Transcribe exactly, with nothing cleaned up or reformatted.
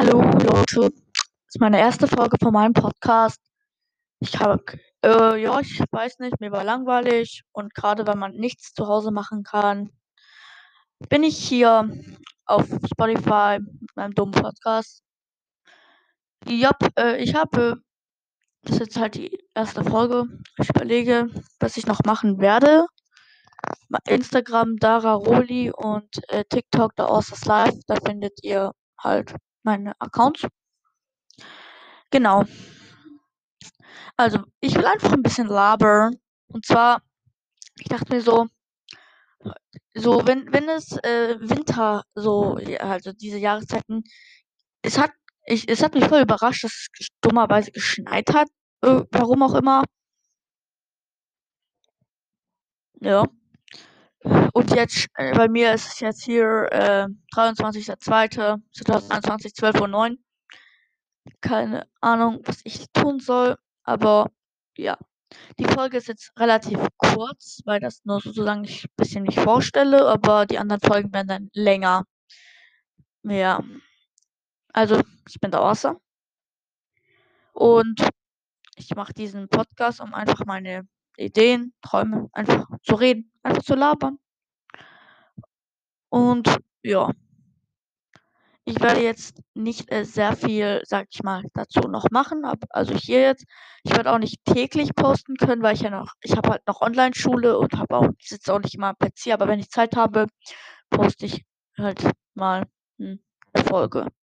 Hallo Leute, das ist meine erste Folge von meinem Podcast. Ich habe, äh, ja, ich weiß nicht, mir war langweilig und gerade wenn man nichts zu Hause machen kann, bin ich hier auf Spotify mit meinem dummen Podcast. Ja, äh, ich habe, das ist jetzt halt die erste Folge. Ich überlege, was ich noch machen werde. Ma- Instagram Dara Roli und äh, TikTok The Authors Live, da findet ihr halt meine Accounts. Genau. Also, ich will einfach ein bisschen labern. Und zwar, ich dachte mir so, so wenn, wenn es äh, Winter, so, ja, also diese Jahreszeiten, es hat, ich, es hat mich voll überrascht, dass es dummerweise geschneit hat, äh, warum auch immer. Ja. Und jetzt, äh, bei mir ist es jetzt hier äh, dreiundzwanzigster zweiter zweitausendeinundzwanzig, zwölf Uhr neun. Keine Ahnung, was ich tun soll, aber ja. Die Folge ist jetzt relativ kurz, weil das nur sozusagen ich ein bisschen nicht vorstelle, aber die anderen Folgen werden dann länger. Ja, also ich bin der Awesome und ich mache diesen Podcast, um einfach meine Ideen, Träume einfach zu reden, einfach zu labern. Und ja, ich werde jetzt nicht äh, sehr viel, sag ich mal, dazu noch machen. Ab, also hier jetzt. Ich werde auch nicht täglich posten können, weil ich ja noch, ich habe halt noch Online-Schule und habe auch, ich sitze auch nicht immer am P C, aber wenn ich Zeit habe, poste ich halt mal hm, eine Folge.